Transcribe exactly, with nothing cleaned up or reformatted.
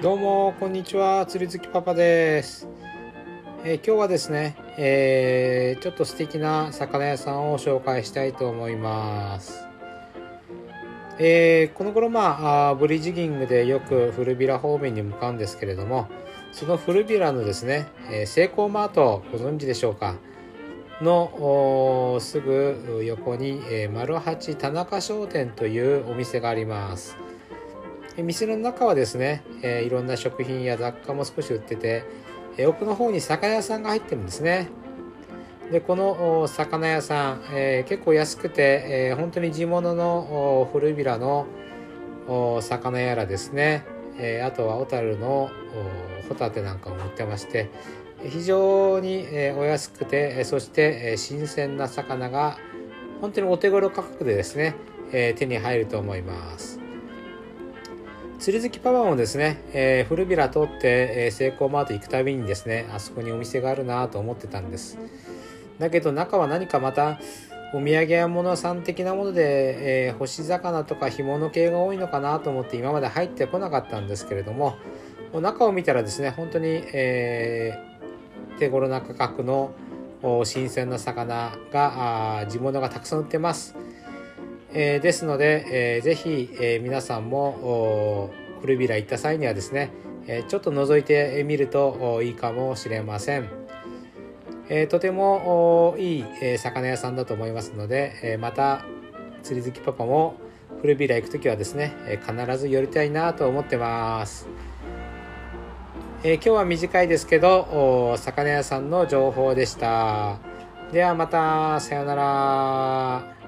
どうもこんにちは、釣り好きパパです。えー今日はですね、えーちょっと素敵な魚屋さんを紹介したいと思います。えーこの頃まああーブリジギングでよく古びら方面に向かうんですけれども、その古びらのですね、えーセイコーマートご存知でしょうかのおーすぐ横に、えー、丸八田中商店というお店があります。え店の中はですね、えーいろんな食品や雑貨も少し売ってて、えー奥の方に魚屋さんが入ってるんですね。でこのお魚屋さん、えー結構安くて、えー本当に地物のお古びらのお魚やらですね、えーあとは小樽のおホタテなんかも売ってまして、非常に、えーお安くて、えーそして、えー新鮮な魚が本当にお手頃価格でですね、えー手に入ると思います。釣り好きパワーもですね、えー古びら通って、えー、セイコーマート行くたびにですね、あそこにお店があるなと思ってたんです。だけど中は何かまたお土産屋物さん的なもので、えー干し魚とか干物系が多いのかなと思って今まで入ってこなかったんですけれども、中を見たらですね、本当に、えー手頃な価格のお新鮮な魚があー地物がたくさん売ってます。えーですので、えーぜひ、えー皆さんもお古びら行った際にはですね、えーちょっと覗いてみるとおいいかもしれません。えーとてもおいい、えー魚屋さんだと思いますので、えーまた釣り好きパパも古びら行くときはですね、えー必ず寄りたいなと思ってます。えー今日は短いですけどお魚屋さんの情報でした。ではまた、さようなら。